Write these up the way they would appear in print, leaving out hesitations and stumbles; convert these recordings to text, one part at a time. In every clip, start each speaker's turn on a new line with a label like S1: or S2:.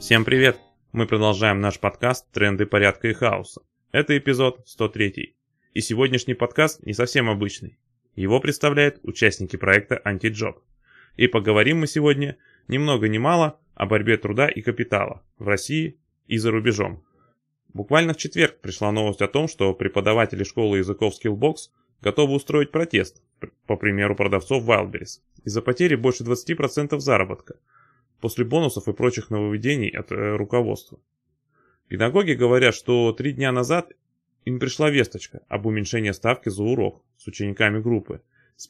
S1: Всем привет! Мы продолжаем наш подкаст «Тренды порядка и хаоса». Это эпизод 103. И сегодняшний подкаст не совсем обычный. Его представляют участники проекта «Антиджоб». И поговорим мы сегодня ни много ни мало о борьбе труда и капитала в России и за рубежом. Буквально в четверг пришла новость о том, что преподаватели школы языков Skillbox готовы устроить протест, по примеру продавцов Wildberries, из-за потери больше 20% заработка, после бонусов и прочих нововведений от руководства. Педагоги говорят, что 3 дня назад им пришла весточка об уменьшении ставки за урок с учениками группы с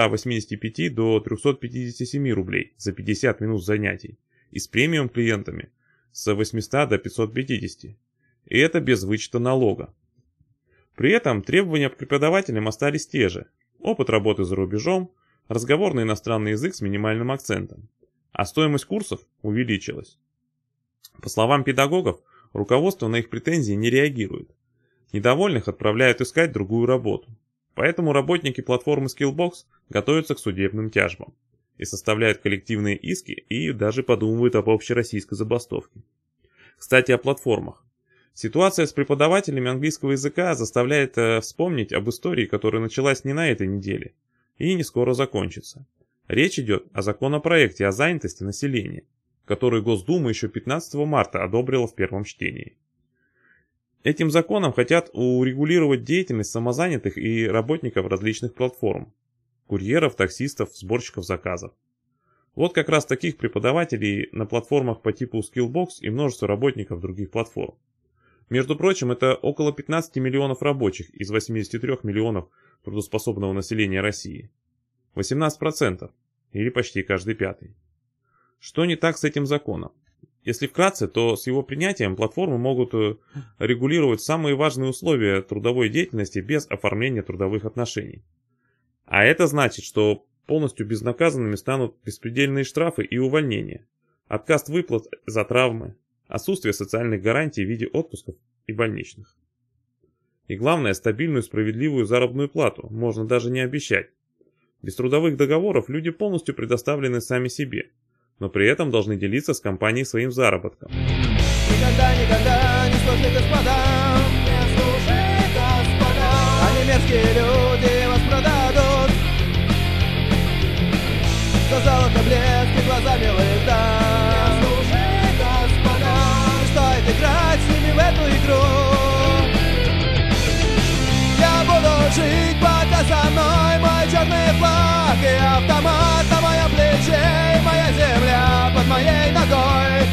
S1: 585 до 357 рублей за 50 минут занятий и с премиум клиентами с 800 до 550. И это без вычета налога. При этом требования к преподавателям остались те же: опыт работы за рубежом, разговорный иностранный язык с минимальным акцентом. А стоимость курсов увеличилась. По словам педагогов, руководство на их претензии не реагирует. Недовольных отправляют искать другую работу. Поэтому работники платформы Skillbox готовятся к судебным тяжбам и составляют коллективные иски и даже подумывают об общероссийской забастовке. Кстати, о платформах. Ситуация с преподавателями английского языка заставляет вспомнить об истории, которая началась не на этой неделе и не скоро закончится. Речь идет о законопроекте о занятости населения, который Госдума еще 15 марта одобрила в первом чтении. Этим законом хотят урегулировать деятельность самозанятых и работников различных платформ: курьеров, таксистов, сборщиков заказов. Вот как раз таких преподавателей на платформах по типу Skillbox и множество работников других платформ. Между прочим, это около 15 миллионов рабочих из 83 миллионов трудоспособного населения России. 18%, или почти каждый пятый. Что не так с этим законом? Если вкратце, то с его принятием платформы могут регулировать самые важные условия трудовой деятельности без оформления трудовых отношений. А это значит, что полностью безнаказанными станут беспредельные штрафы и увольнения, отказ выплат за травмы, отсутствие социальных гарантий в виде отпусков и больничных. И главное, стабильную справедливую заработную плату можно даже не обещать. Без трудовых договоров люди полностью предоставлены сами себе, но при этом должны делиться с компанией своим заработком.
S2: Никогда, никогда не слушай, господа, не слушай, господа. Они мерзкие люди, вас продадут за золото, блеск и глаза милых дам. Не слушай, господа, не стоит играть с ними в эту игру. Я буду жить, пока со мной мой черный флаг и автомат на моем плече, и моя земля под моей ногой.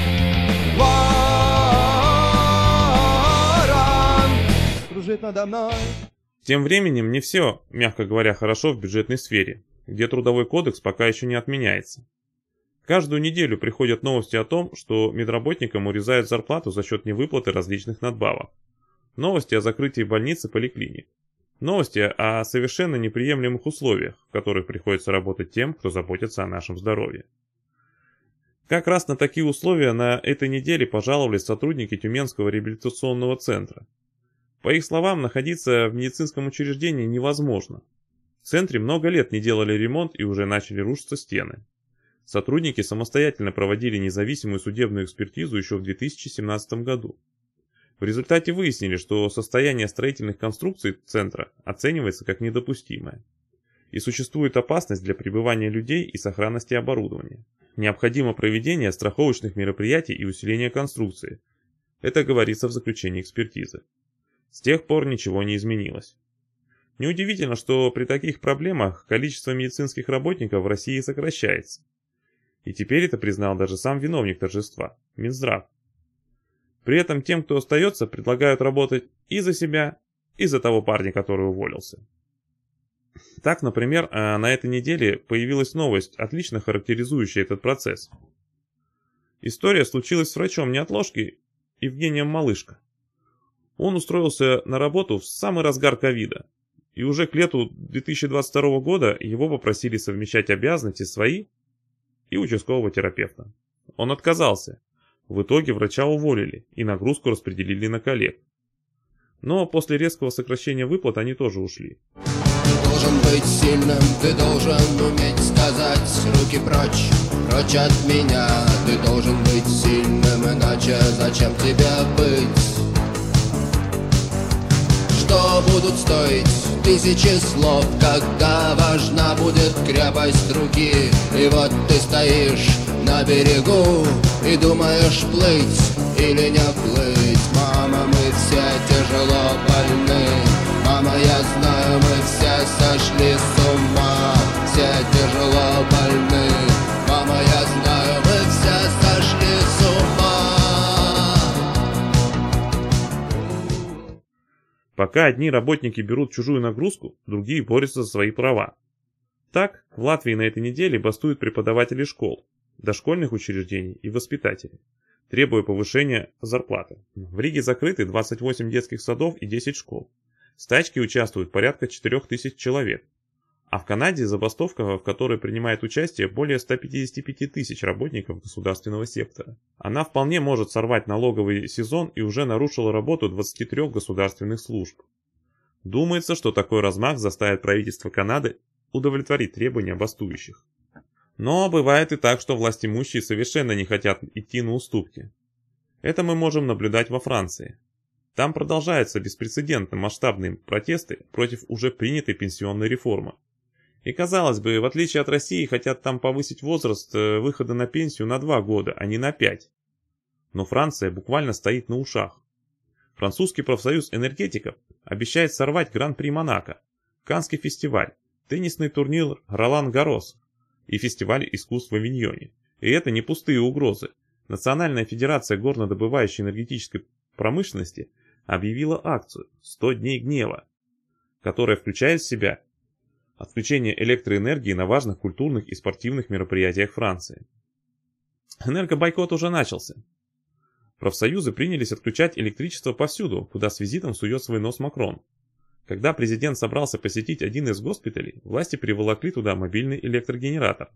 S2: Ворон кружит надо мной.
S1: Тем временем не все, мягко говоря, хорошо в бюджетной сфере, где трудовой кодекс пока еще не отменяется. Каждую неделю приходят новости о том, что медработникам урезают зарплату за счет невыплаты различных надбавок. Новости о закрытии больниц и поликлиник. Новости о совершенно неприемлемых условиях, в которых приходится работать тем, кто заботится о нашем здоровье. Как раз на такие условия на этой неделе пожаловались сотрудники Тюменского реабилитационного центра. По их словам, находиться в медицинском учреждении невозможно. В центре много лет не делали ремонт и уже начали рушиться стены. Сотрудники самостоятельно проводили независимую судебную экспертизу еще в 2017 году. В результате выяснили, что состояние строительных конструкций центра оценивается как недопустимое. И существует опасность для пребывания людей и сохранности оборудования. Необходимо проведение страховочных мероприятий и усиление конструкции. Это говорится в заключении экспертизы. С тех пор ничего не изменилось. Неудивительно, что при таких проблемах количество медицинских работников в России сокращается. И теперь это признал даже сам виновник торжества – Минздрав. При этом тем, кто остается, предлагают работать и за себя, и за того парня, который уволился. Так, например, на этой неделе появилась новость, отлично характеризующая этот процесс. История случилась с врачом неотложки Евгением Малышко. Он устроился на работу в самый разгар ковида, и уже к лету 2022 года его попросили совмещать обязанности свои и участкового терапевта. Он отказался. В итоге врача уволили и нагрузку распределили на коллег. Но после резкого сокращения выплат они тоже ушли.
S2: должен быть сильным, ты должен уметь сказать руки прочь, прочь от меня. Ты должен быть сильным, иначе зачем тебе быть? Что будут стоить тысячи слов, когда важна будет крепость руки? И вот ты стоишь на берегу и думаешь, плыть или не плыть. Мама, мы все тяжело больны. Мама, я знаю, мы все сошли с ума. Все тяжело больны. Мама, я знаю, мы все сошли с ума.
S1: Пока одни работники берут чужую нагрузку, другие борются за свои права. Так, в Латвии на этой неделе бастуют преподаватели школ, дошкольных учреждений и воспитатели, требуя повышения зарплаты. В Риге закрыты 28 детских садов и 10 школ. В стачке участвуют порядка 4000 человек. А в Канаде забастовка, в которой принимает участие более 155 тысяч работников государственного сектора. Она вполне может сорвать налоговый сезон и уже нарушила работу 23 государственных служб. Думается, что такой размах заставит правительство Канады удовлетворить требования бастующих. Но бывает и так, что властимущие совершенно не хотят идти на уступки. Это мы можем наблюдать во Франции. Там продолжаются беспрецедентно масштабные протесты против уже принятой пенсионной реформы. И казалось бы, в отличие от России, хотят там повысить возраст выхода на пенсию на 2 года, а не на 5. Но Франция буквально стоит на ушах. Французский профсоюз энергетиков обещает сорвать Гран-при Монако, Каннский фестиваль, теннисный турнир Ролан-Гаррос и фестиваль искусств в Авиньоне. И это не пустые угрозы. Национальная федерация горнодобывающей энергетической промышленности объявила акцию «100 дней гнева», которая включает в себя отключение электроэнергии на важных культурных и спортивных мероприятиях Франции. Энергобойкот уже начался. Профсоюзы принялись отключать электричество повсюду, куда с визитом сует свой нос Макрон. Когда президент собрался посетить один из госпиталей, власти приволокли туда мобильный электрогенератор.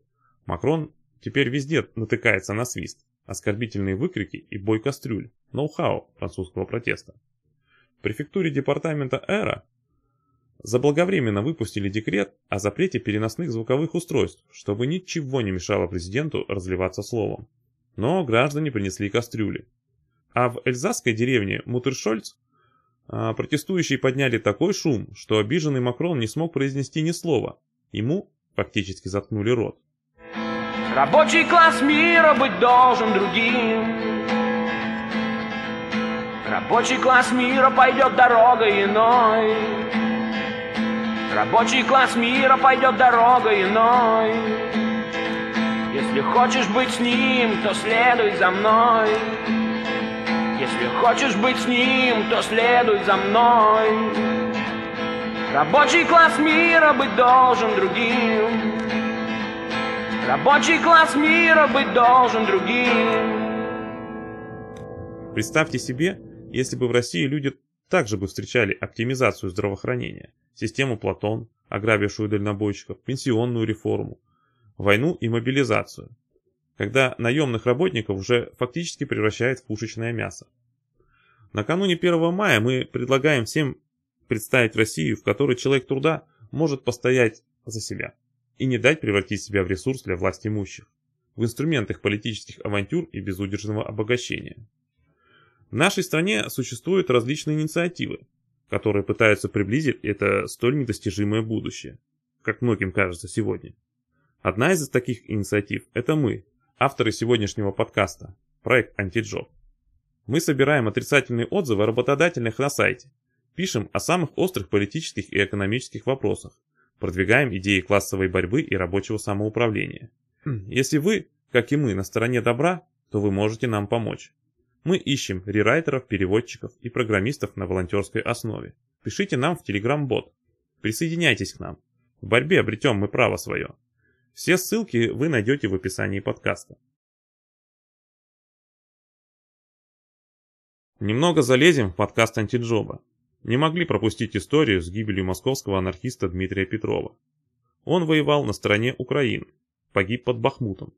S1: Макрон теперь везде натыкается на свист, оскорбительные выкрики и бой кастрюль, ноу-хау французского протеста. В префектуре департамента Эра заблаговременно выпустили декрет о запрете переносных звуковых устройств, чтобы ничего не мешало президенту разливаться словом. Но граждане принесли кастрюли. А в эльзасской деревне Муттершольц протестующие подняли такой шум, что обиженный Макрон не смог произнести ни слова. Ему фактически заткнули рот.
S3: Рабочий класс мира быть должен другим. Рабочий класс мира пойдет дорогой иной. Рабочий класс мира пойдет дорогой иной. Если хочешь быть с ним, то следуй за мной. Если хочешь быть с ним, то следуй за мной. Рабочий класс мира быть должен другим. Рабочий класс мира быть должен другим.
S1: Представьте себе, если бы в России люди также бы встречали оптимизацию здравоохранения, систему Платон, ограбившую дальнобойщиков, пенсионную реформу, войну и мобилизацию, когда наемных работников уже фактически превращает в пушечное мясо. Накануне 1 мая мы предлагаем всем представить Россию, в которой человек труда может постоять за себя и не дать превратить себя в ресурс для властимущих, в инструмент их политических авантюр и безудержного обогащения. В нашей стране существуют различные инициативы, которые пытаются приблизить это столь недостижимое будущее, как многим кажется сегодня. Одна из таких инициатив – это мы, авторы сегодняшнего подкаста, проект Антиджоб. Мы собираем отрицательные отзывы о работодателях на сайте, пишем о самых острых политических и экономических вопросах, продвигаем идеи классовой борьбы и рабочего самоуправления. Если вы, как и мы, на стороне добра, то вы можете нам помочь. Мы ищем рерайтеров, переводчиков и программистов на волонтерской основе. Пишите нам в Telegram-бот. Присоединяйтесь к нам. В борьбе обретем мы право свое. Все ссылки вы найдете в описании подкаста. Немного залезем в подкаст Антиджоба. Не могли пропустить историю с гибелью московского анархиста Дмитрия Петрова. Он воевал на стороне Украины, погиб под Бахмутом.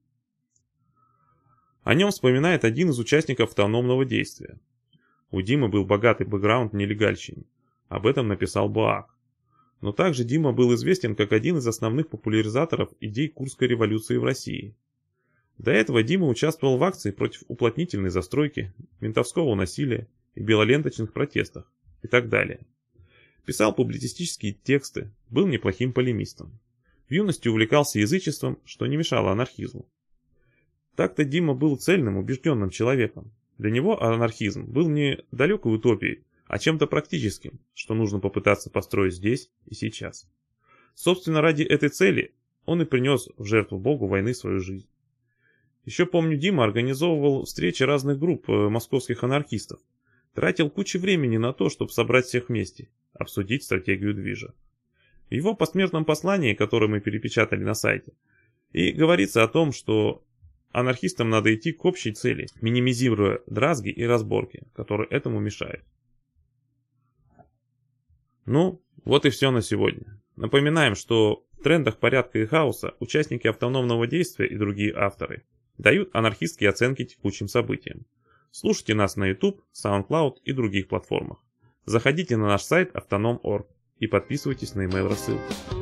S1: О нем вспоминает один из участников автономного действия. У Димы был богатый бэкграунд в нелегальщине. Об этом написал Боак. Но также Дима был известен как один из основных популяризаторов идей Курской революции в России. До этого Дима участвовал в акции против уплотнительной застройки, ментовского насилия и белоленточных протестах и так далее. Писал публицистические тексты, был неплохим полемистом. В юности увлекался язычеством, что не мешало анархизму. Так-то Дима был цельным, убежденным человеком. Для него анархизм был не далекой утопией, а чем-то практическим, что нужно попытаться построить здесь и сейчас. Собственно, ради этой цели он и принес в жертву Богу войны свою жизнь. Еще помню, Дима организовывал встречи разных групп московских анархистов. Тратил кучу времени на то, чтобы собрать всех вместе, обсудить стратегию движа. В его посмертном послании, которое мы перепечатали на сайте, и говорится о том, что анархистам надо идти к общей цели, минимизируя дрязги и разборки, которые этому мешают. Ну, вот и все на сегодня. Напоминаем, что в трендах порядка и хаоса участники автономного действия и другие авторы дают анархистские оценки текущим событиям. Слушайте нас на YouTube, SoundCloud и других платформах. Заходите на наш сайт autonom.org и подписывайтесь на email-рассылку.